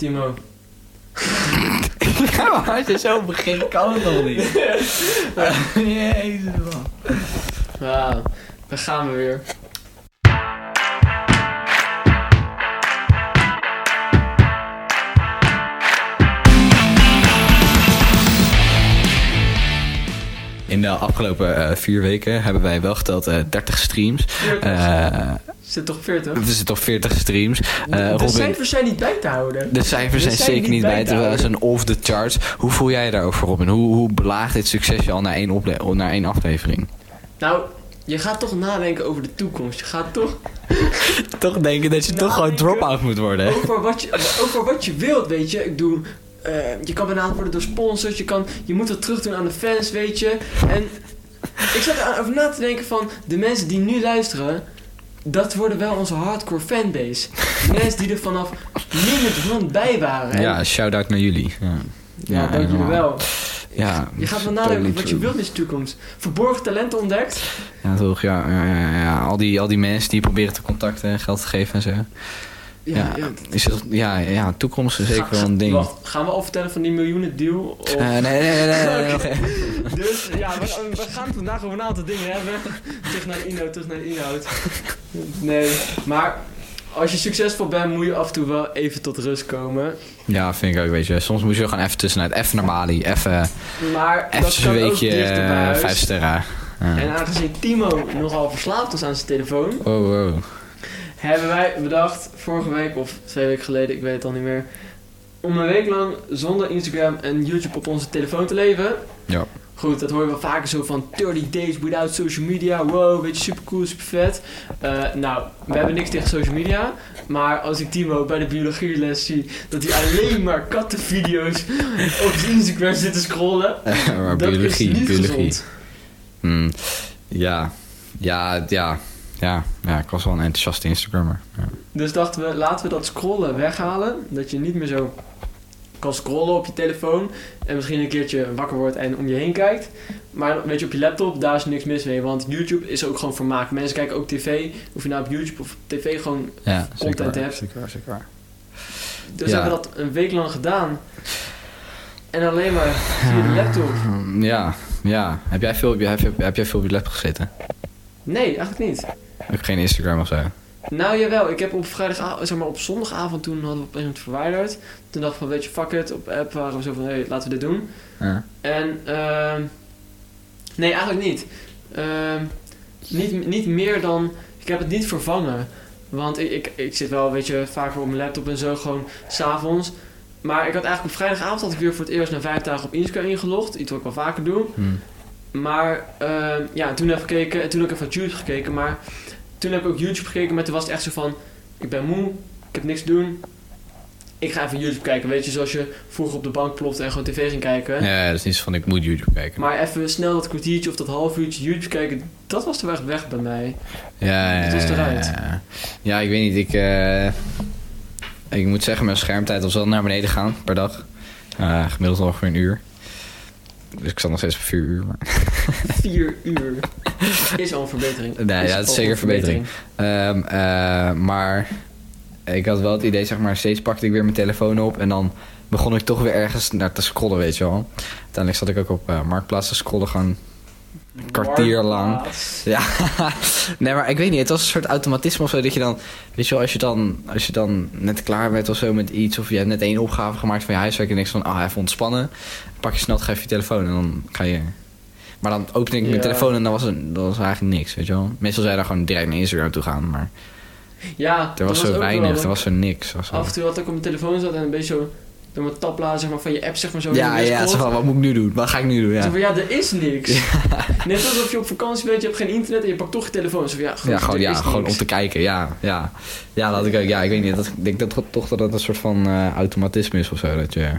Timo. Ja, maar als je zo begint, kan het nog niet. Jezus man. Wauw, daar gaan we weer. In de afgelopen 4 weken hebben wij wel geteld 30 streams. Zit toch 40? We zitten op 40 streams. De cijfers zijn niet bij te houden. De cijfers zijn zeker niet bij te houden. Ze zijn off the charts. Hoe voel jij je daarover, Robin? Hoe belaagt dit succes je al naar één aflevering? Nou, je gaat toch nadenken over de toekomst. Je gaat toch... toch denken dat je toch gewoon drop-out moet worden. Hè? Over wat je wilt, weet je. Ik doe... je kan benaderd worden door sponsors. Je moet wat terug doen aan de fans, weet je. En ik zat erover na te denken van... De mensen die nu luisteren... Dat worden wel onze hardcore fanbase. De mensen die er vanaf minuut bij waren. En ja, shout-out naar jullie. ja, dank jullie wel. Ja, je gaat wel nadenken wat je wilt in de toekomst. Verborgen talenten ontdekt. Ja, toch. Ja. Al die mensen die proberen te contacten en geld te geven en zo. Ja, toekomst is zeker wel een ding. Wacht, gaan we al vertellen van die miljoenen deal? Of... Nee. Okay. Dus ja, we gaan het vandaag over een aantal dingen hebben. Terug naar de inhoud. Nee, maar als je succesvol bent, moet je af en toe wel even tot rust komen. Ja, vind ik ook, weet je. Soms moet je gewoon even tussenuit. Even naar Bali. Even een weekje 5 sterren. Ja. En aangezien Timo nogal verslaafd was aan zijn telefoon... Oh. Hebben wij bedacht, vorige week of 2 weken geleden, ik weet het al niet meer... om een week lang zonder Instagram en YouTube op onze telefoon te leven. Ja. Goed, dat hoor je wel vaker zo van 30 days without social media. Wow, weet je, super cool, super vet. Nou, we hebben niks tegen social media. Maar als ik Timo bij de biologieles zie dat hij alleen maar kattenvideo's op zijn Instagram zit te scrollen. Maar dat biologie, is niet gezond. Ja, ik was wel een enthousiaste Instagrammer. Ja. Dus dachten we, laten we dat scrollen weghalen. Dat je niet meer zo kan scrollen op je telefoon. En misschien een keertje wakker wordt en om je heen kijkt. Maar weet je, op je laptop, daar is niks mis mee. Want YouTube is ook gewoon vermaak. Mensen kijken ook tv. Of je nou op YouTube of tv gewoon content hebt. Zeker waar. Dus hebben we dat een week lang gedaan. En alleen maar via de laptop. Ja. Heb jij veel op je laptop gezeten? Nee, eigenlijk niet. Ook geen Instagram of zo? Nou, jawel. Ik heb op op zondagavond toen hadden we op een moment verwijderd. Toen dacht ik van, weet je, fuck it. Op app waren we zo van, hey, laten we dit doen. Ja. En, nee, eigenlijk niet. Niet meer dan, ik heb het niet vervangen. Want ik zit wel, weet je, vaker op mijn laptop en zo, gewoon 's avonds. Maar ik had eigenlijk op vrijdagavond had ik weer voor het eerst na 5 dagen op Instagram ingelogd. Iets wat ik wel vaker doe. Maar, toen heb ik gekeken en toen heb ik even naar YouTube gekeken. Maar toen heb ik ook YouTube gekeken, maar toen was het echt zo van... Ik ben moe, ik heb niks te doen. Ik ga even YouTube kijken, weet je, zoals je vroeger op de bank plofte en gewoon tv ging kijken. Ja, dat is niet zo van ik moet YouTube kijken. Maar even snel dat kwartiertje of dat half uurtje YouTube kijken, dat was er echt weg bij mij. Ja. Dat was eruit. Ja, ik weet niet, ik moet zeggen, mijn schermtijd was wel naar beneden gaan per dag. Gemiddeld ongeveer 1 uur. Dus ik zat nog steeds op 4 uur. Maar 4 uur is al een verbetering. Nee, ja, dat is zeker een verbetering. Maar ik had wel het idee, zeg maar, steeds pakte ik weer mijn telefoon op en dan begon ik toch weer ergens naar te scrollen, weet je wel. Uiteindelijk zat ik ook op Marktplaats te scrollen, gewoon een kwartier lang. Ja, nee, maar ik weet niet, het was een soort automatisme of zo, dat je dan, weet je wel, als je dan net klaar bent of zo met iets, of je hebt net 1 opgave gemaakt van je huiswerk en niks van, even ontspannen, pak je snel, geef je telefoon en dan ga je... Maar dan opende ik mijn telefoon en dat was eigenlijk niks, weet je wel. Meestal zou je dan gewoon direct naar Instagram toe gaan, maar... Ja, er was zo weinig, er was zo niks. Af en toe had ik op mijn telefoon zat en een beetje zo... door mijn tabbladen, zeg maar, van je app, zeg maar, zo... Ja, zo van, wat moet ik nu doen? Wat ga ik nu doen? Ja, zo van, er is niks. Ja. Net alsof je op vakantie bent, je hebt geen internet en je pakt toch je telefoon. Zo van, gewoon om te kijken, ja. Ja, dat ik ook, ik weet niet, ik denk dat toch dat het een soort van automatisme is of zo,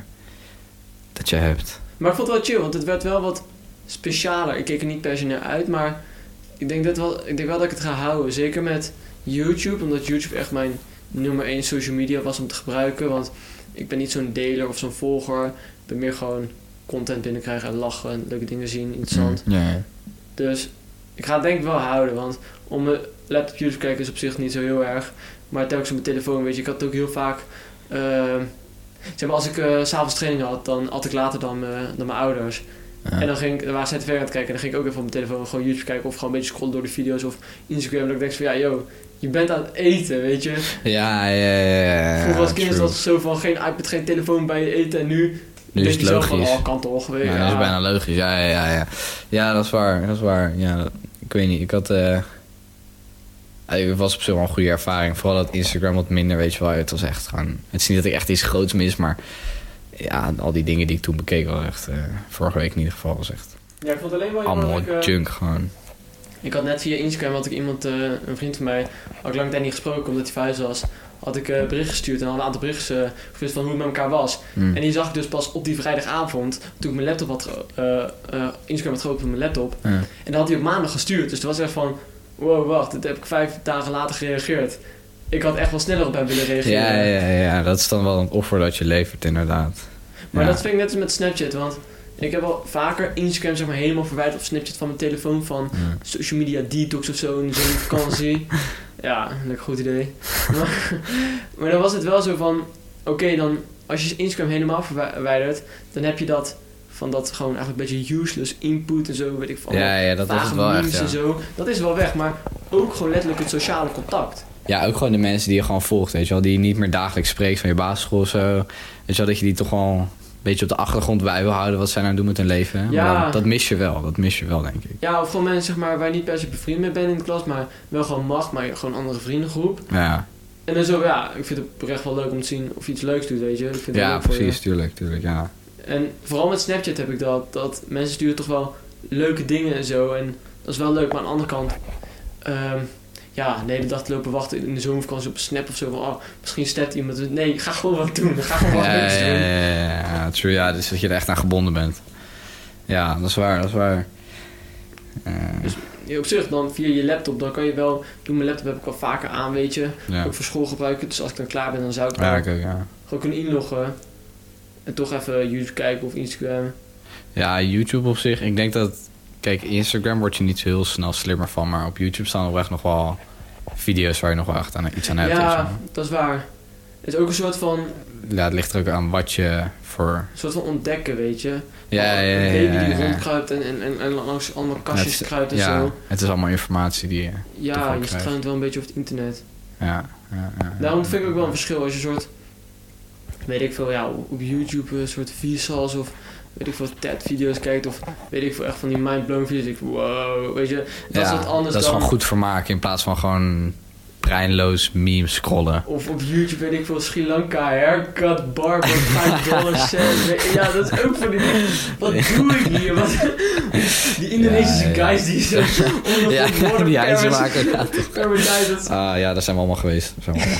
dat je hebt. Maar ik vond het wel chill, want het werd wel wat specialer. Ik keek er niet per se naar uit, maar ik denk wel dat ik het ga houden. Zeker met YouTube, omdat YouTube echt mijn nummer 1 social media was om te gebruiken. Want ik ben niet zo'n deler of zo'n volger. Ik ben meer gewoon content binnenkrijgen en lachen en leuke dingen zien, interessant. Ja. Dus ik ga het denk ik wel houden, want om mijn laptop YouTube kijken is op zich niet zo heel erg. Maar telkens op mijn telefoon, weet je, ik had het ook heel vaak... Zeg maar, als ik 's avonds training had, dan at ik later dan mijn ouders. Ja. En dan waren zij tv aan het kijken en dan ging ik ook even op mijn telefoon gewoon YouTube kijken of gewoon een beetje scrollen door de video's of Instagram. Dat ik denk van ja, yo, je bent aan het eten, weet je. Ja. Vroeger als kind was het zo van geen iPad, geen telefoon bij je eten en nu is het je zelf logisch. van, kan toch, weet je. Ja, dat is bijna logisch. Ja. Ja, dat is waar. Ja, ik weet niet, ik was op zich wel een goede ervaring. Vooral dat Instagram wat minder, weet je wel. Het was echt gewoon... Het is niet dat ik echt iets groots mis, maar... Ja, al die dingen die ik toen bekeek was echt... vorige week in ieder geval was echt... Ja, ik vond alleen wel... allemaal junk gewoon. Ik had net via Instagram, had ik iemand, een vriend van mij... Had ik lang tijd niet gesproken, omdat hij verhuisd was... Had ik bericht gestuurd en had een aantal berichten gestuurd van hoe het met elkaar was. En die zag ik dus pas op die vrijdagavond... Toen ik mijn laptop had... Instagram had geopend op mijn laptop. Ja. En dan had hij op maandag gestuurd. Dus het was echt van... Wow, wacht, dat heb ik 5 dagen later gereageerd. Ik had echt wel sneller op hem willen reageren. Ja, dat is dan wel een offer dat je levert, inderdaad. Maar dat vind ik net als met Snapchat, want ik heb al vaker Instagram zeg maar helemaal verwijderd of Snapchat van mijn telefoon van social media detox of zo in zo'n vakantie. Ja, lekker goed idee. Maar dan was het wel zo van, oké, dan als je Instagram helemaal verwijdert, dan heb je dat van dat gewoon eigenlijk een beetje useless input en zo, weet ik van. Ja, dat was het wel echt, en zo. Dat is wel weg, maar ook gewoon letterlijk het sociale contact. Ja, ook gewoon de mensen die je gewoon volgt, weet je wel. Die je niet meer dagelijks spreekt van je basisschool of zo. Weet je wel, dat je die toch wel een beetje op de achtergrond bij wil houden wat zij nou doen met hun leven. Hè? Ja. Maar dat mis je wel, denk ik. Ja, of gewoon mensen zeg maar, waar je niet per se bevriend mee bent in de klas, maar wel gewoon mag, maar gewoon een andere vriendengroep. Ja. En dan zo, ja, ik vind het oprecht wel leuk om te zien of je iets leuks doet, weet je. Ik vind het Ja, leuk voor precies, je. tuurlijk, ja. En vooral met Snapchat heb ik dat mensen sturen toch wel leuke dingen en zo. En dat is wel leuk, maar aan de andere kant... de hele dag te lopen wachten in de zomervakantie op een snap of zo. Van, oh, misschien snapt iemand. Nee, ga gewoon wat doen. Ga gewoon wat leuks doen. Ja, true, ja, dus dat je er echt aan gebonden bent. Ja, dat is waar. Dus op zich dan via je laptop, dan kan je wel... Mijn laptop heb ik wel vaker aan, weet je. Ja. Ook voor school gebruiken. Dus als ik dan klaar ben, dan zou ik Ja, wel ja. gewoon kunnen inloggen. En toch even YouTube kijken of Instagram. Ja, YouTube op zich. Ik denk dat... Kijk, Instagram word je niet zo heel snel slimmer van. Maar op YouTube staan er echt nog wel video's waar je nog wel echt iets aan hebt. Ja, dat is waar. Het is ook een soort van... Ja, het ligt er ook aan wat je voor... Een soort van ontdekken, weet je. Ja. Een baby die rondkruipt en langs allemaal kastjes kruipt en zo. Het is allemaal informatie die je Ja, je struint wel een beetje op het internet. Ja. Daarom vind ik ook wel een verschil als je een soort... Weet ik veel, ja, op YouTube een soort visuals of... Weet ik veel, TED-video's kijkt of weet ik veel, echt van die mind-blown video's. Ik wow, weet je, dat is wat anders dat is dan... gewoon goed vermaken in plaats van gewoon breinloos memes scrollen. Of op YouTube, weet ik veel, Sri Lanka, haircut, barber, $5 cent. Ja, dat is ook van die dingen. Wat doe ik hier? Die Indonesische guys die zo onder die ijzer maken. Ja, daar zijn we allemaal geweest.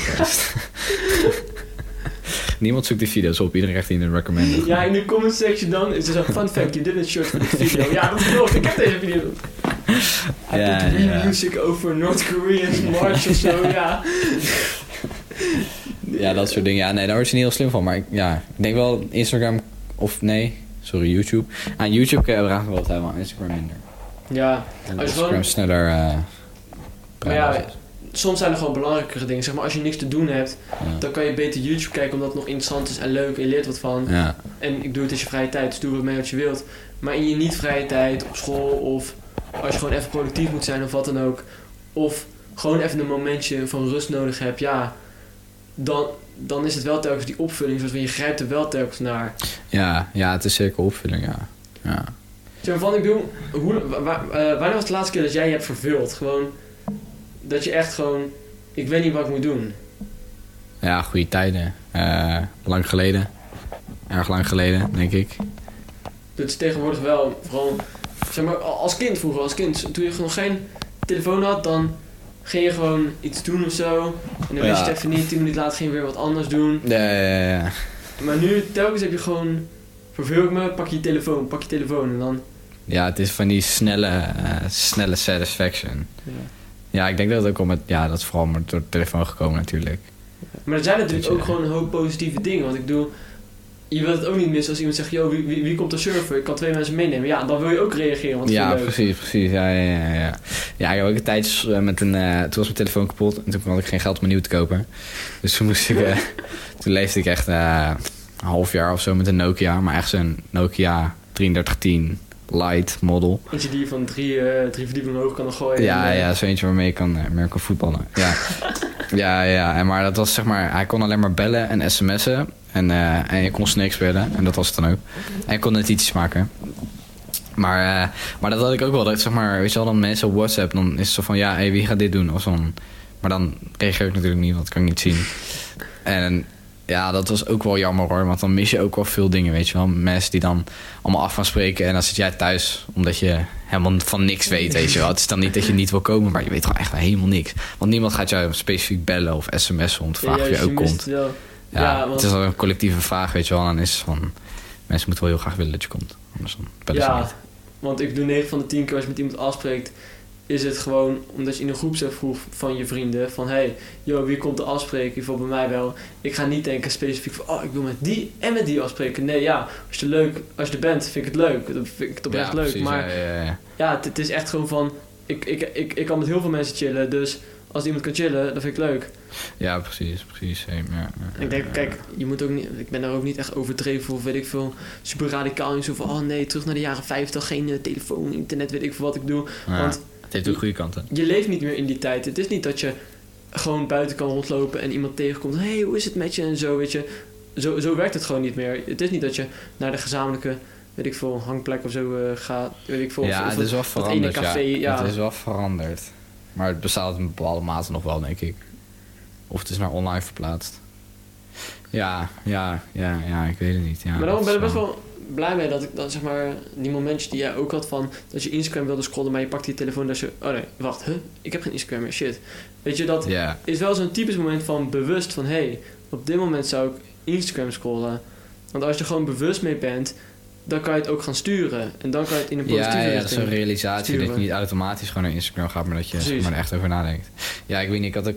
Niemand zoekt die video's op, iedereen krijgt die in de recommended. Ja, in de comment section dan is er zo'n fun fact, je didn't shirt voor de video. Ja, dat klopt, ik heb deze video. Hij doet music over North Korean March of zo, ja. Ja, dat soort dingen. Ja, nee, daar word je niet heel slim van. Maar ik denk wel Instagram YouTube. Aan YouTube kun je graag wel wat hebben, aan Instagram minder. Ja. En Instagram gewoon... sneller... maar ja, soms zijn er gewoon belangrijkere dingen. Zeg maar, als je niks te doen hebt, dan kan je beter YouTube kijken omdat het nog interessant is en leuk en je leert wat van. Ja. En ik doe het in je vrije tijd, dus doe er mee wat je wilt. Maar in je niet-vrije tijd, op school of als je gewoon even productief moet zijn of wat dan ook. Of gewoon even een momentje van rust nodig hebt, ja. Dan is het wel telkens die opvulling, zoals je grijpt er wel telkens naar. Ja, het is zeker opvulling, ja. Zeg maar van, ik bedoel, wanneer was de laatste keer dat jij je hebt vervuld? Gewoon, dat je echt gewoon, ik weet niet wat ik moet doen. Ja, goede tijden. Lang geleden. Erg lang geleden, denk ik. Dat is tegenwoordig wel, vooral, zeg maar, als kind vroeger, toen je nog geen telefoon had, dan ging je gewoon iets doen of zo. En dan wist je het even niet, 10 minuten later ging je weer wat anders doen. Ja. Maar nu, telkens heb je gewoon, verveel ik me, pak je telefoon en dan... Ja, het is van die snelle satisfaction. Ja, ik denk dat het ook al met, dat is vooral door de telefoon gekomen natuurlijk. Maar er zijn natuurlijk ook gewoon een hoop positieve dingen, want ik bedoel... Je wilt het ook niet missen als iemand zegt, yo, wie komt er surfen? Ik kan 2 mensen meenemen. Ja, dan wil je ook reageren, want ja, leuk. precies. Ja, ik heb ook een tijdje toen was mijn telefoon kapot en toen had ik geen geld om een nieuw te kopen. Dus toen toen leefde ik echt een half jaar of zo met een Nokia. Maar echt zo'n Nokia 3310 Lite model. Eentje die je van drie verdiepingen hoog kan gooien. Ja, zo eentje waarmee je kan voetballen. Ja. ja. En maar dat was zeg maar... Hij kon alleen maar bellen en sms'en. En je kon Snake spelen. En dat was het dan ook. En je kon notities maken. Maar dat had ik ook wel. Dat, zeg maar, weet je wel, dan mensen op WhatsApp... dan is het zo van, ja, hey, wie gaat dit doen? Of zo. Maar dan reageer ik natuurlijk niet, want dat kan ik niet zien. En ja, dat was ook wel jammer hoor. Want dan mis je ook wel veel dingen, weet je wel. Mensen die dan allemaal af gaan spreken... en dan zit jij thuis, omdat je helemaal van niks weet, weet je wel. Het is dan niet dat je niet wil komen, maar je weet gewoon echt helemaal niks. Want niemand gaat jou specifiek bellen of sms'en... om te vragen of je ook komt. Ja, want... Het is al een collectieve vraag, weet je wel. En dan is het van... Mensen moeten wel heel graag willen dat je komt. Anders dan bellen ze niet. Want ik doe 9 van de 10 keer als je met iemand afspreekt... is het gewoon omdat je in een groepsapp vroeg van je vrienden... van hey, wie komt er afspreken? Bijvoorbeeld bij mij wel. Ik ga niet denken specifiek van... oh, ik wil met die en met die afspreken. Nee, ja, als je er bent, vind ik het leuk. Dat vind ik toch echt leuk. Precies, maar ja. Het is echt gewoon van... Ik kan met heel veel mensen chillen, dus... Als iemand kan chillen, dan vind ik het leuk. Ja, precies. Ik denk, kijk, je moet ook niet... Ik ben daar ook niet echt overdreven of weet ik veel... super radicaal in zo van... oh nee, terug naar de jaren 50, geen telefoon, internet, weet ik veel wat ik doe. Ja, want het heeft ook goede kanten. Je leeft niet meer in die tijd. Het is niet dat je gewoon buiten kan rondlopen... en iemand tegenkomt... hey, hoe is het met je? En zo, weet je. Zo werkt het gewoon niet meer. Het is niet dat je naar de gezamenlijke... weet ik veel, hangplek of zo gaat. Weet ik veel. Ja, of het is wel veranderd. Café, ja. Het is wel veranderd. Maar het bestaat in bepaalde mate nog wel, denk ik. Of het is naar online verplaatst. Ja, ik weet het niet. Ja, maar daarom ben ik best wel blij mee dat ik dan zeg maar... die momentjes die jij ook had van... dat je Instagram wilde scrollen, maar je pakt die telefoon... dat je... oh nee, wacht, ik heb geen Instagram meer, shit. Weet je, dat is wel zo'n typisch moment van bewust van... hey, op dit moment zou ik Instagram scrollen. Want als je er gewoon bewust mee bent... dan kan je het ook gaan sturen. En dan kan je het in een positieve richting dat is een realisatie sturen. Dat je niet automatisch gewoon naar Instagram gaat... maar dat je er echt over nadenkt. Ja, ik weet niet, ik had ook...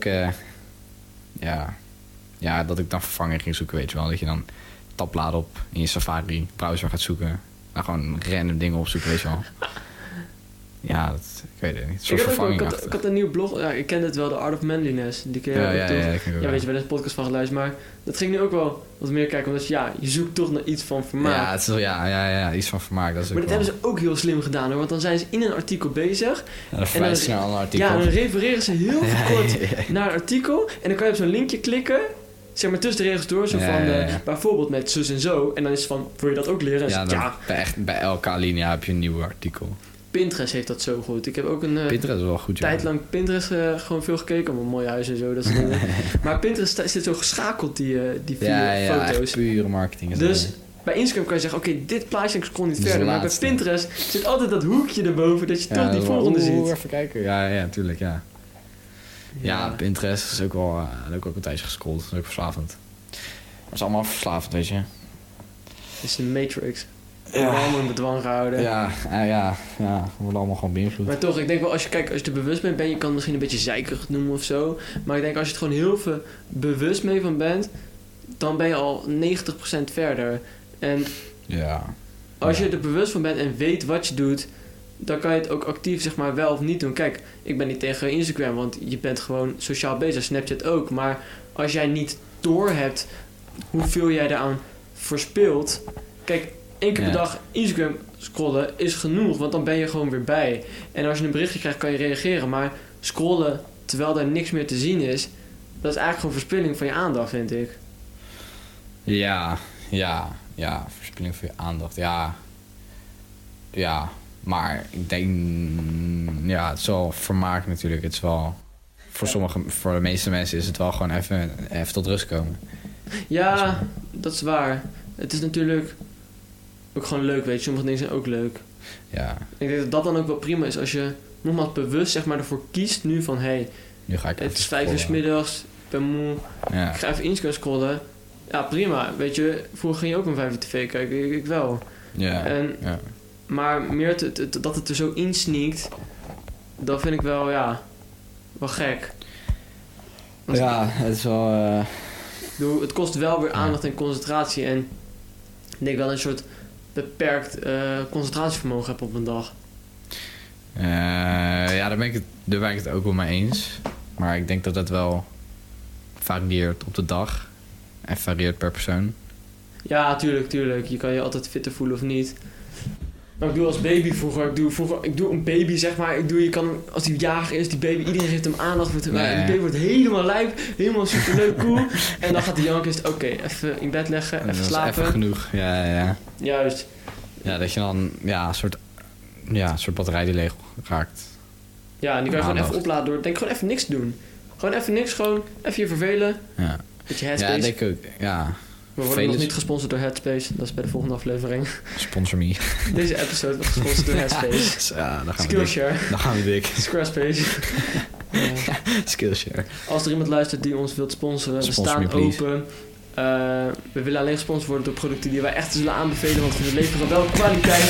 dat ik dan vervanging ging zoeken, weet je wel. Dat je dan tabbladen op in je Safari browser gaat zoeken. Nou, gewoon random dingen opzoeken, weet je wel. Ja, ik weet het niet. Een soort vervanging ik had een nieuw blog. Ja, ik kende het wel, The Art of Manliness. Die ken je ook toch? Ja, weet je, bij deze podcast van geluisterd. Maar dat ging nu ook wel wat meer kijken. Omdat je zoekt toch naar iets van vermaak. Ja, het is wel, iets van vermaak. Dat is maar ook dat hebben ze ook heel slim gedaan hoor. Want dan zijn ze in een artikel bezig. Ja, dan verwijzen ze naar een ander artikel. Ja, en dan refereren ze heel kort naar een artikel. En dan kan je op zo'n linkje klikken. Zeg maar tussen de regels door. Zo van, bijvoorbeeld met zus en zo. En dan is het van, wil je dat ook leren? Bij elke alinea heb je een nieuw artikel. Pinterest heeft dat zo goed. Ik heb ook een Pinterest is wel goed, tijd lang Pinterest gewoon veel gekeken. Om een mooi huis en zo. Dat soort dingen. Maar Pinterest zit zo geschakeld, die foto's. Ja, pure marketing is dus bij Instagram kan je zeggen, oké, dit plaatje, ik scroll niet verder. Maar bij Pinterest zit altijd dat hoekje erboven, dat je toch die volgende ziet. Even kijken. Ja, tuurlijk, ja. Ja, Pinterest is ook wel... heb ik ook een tijdje gescrolld. Dat is ook verslavend. Dat is allemaal verslavend, weet je. Het is een matrix. We worden allemaal in bedwang gehouden. Ja. We worden allemaal gewoon beïnvloed. Maar toch, ik denk wel, als je er bewust mee bent... je kan het misschien een beetje zeikerig noemen of zo. Maar ik denk, als je het gewoon heel veel bewust mee van bent... dan ben je al 90% verder. En als je er bewust van bent en weet wat je doet... dan kan je het ook actief zeg maar wel of niet doen. Kijk, ik ben niet tegen Instagram, want je bent gewoon sociaal bezig. Snapchat ook. Maar als jij niet doorhebt hoeveel jij daaraan verspilt... Kijk, 1 keer per dag Instagram scrollen is genoeg, want dan ben je gewoon weer bij. En als je een berichtje krijgt, kan je reageren. Maar scrollen terwijl er niks meer te zien is... dat is eigenlijk gewoon verspilling van je aandacht, vind ik. Ja, verspilling van je aandacht, ja... Maar ik denk, het is wel vermaak natuurlijk. Het is wel, voor de meeste mensen is het wel gewoon even tot rust komen. Ja, dat is waar. Het is natuurlijk ook gewoon leuk, weet je. Sommige dingen zijn ook leuk. Ja. Ik denk dat dat dan ook wel prima is als je nogmaals bewust zeg maar ervoor kiest nu van... nu ga ik het is 5 uur 's middags, ik ben moe, ik ga even Instagram scrollen. Ja, prima. Weet je, vroeger ging je ook om 5 uur tv kijken. Ik wel. Ja. Maar meer dat het er zo insneakt, dat vind ik wel, wel gek. Want het is wel... het kost wel weer aandacht en concentratie. En ik denk wel een soort beperkt concentratievermogen heb op een dag. Daar ben ik het ook wel mee eens. Maar ik denk dat het wel varieert op de dag. En varieert per persoon. Ja, tuurlijk. Je kan je altijd fitter voelen of niet. Maar ik doe als baby vroeger, ik doe een baby, zeg maar. Je kan, als die jager is, die baby, iedereen geeft hem aandacht. Die baby wordt helemaal lijp, helemaal superleuk, cool. En dan gaat die janken, is het oké, even in bed leggen, even slapen. Even genoeg, ja. Juist. Ja, dat je dan een soort batterij die leeg raakt. Ja, en die kan je gewoon even opladen door, denk gewoon even niks te doen. Gewoon even niks, gewoon even je vervelen. Ja. Beetje Headspace. Ja, denk ik ook, ja. We worden nog niet gesponsord door Headspace. Dat is bij de volgende aflevering. Sponsor me. Deze episode wordt gesponsord door Headspace. Ja, dan gaan Skillshare. Dan gaan we dik. Squarespace. Skillshare. Als er iemand luistert die ons wilt sponsoren, we staan open. We willen alleen gesponsord worden door producten die wij echt zullen aanbevelen, want we leveren wel kwaliteit.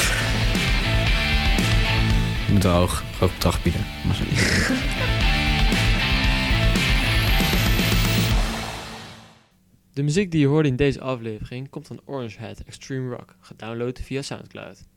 Je moet een hoog bedrag bieden. De muziek die je hoorde in deze aflevering komt van Orange Head Extreme Rock, gedownload via Soundcloud.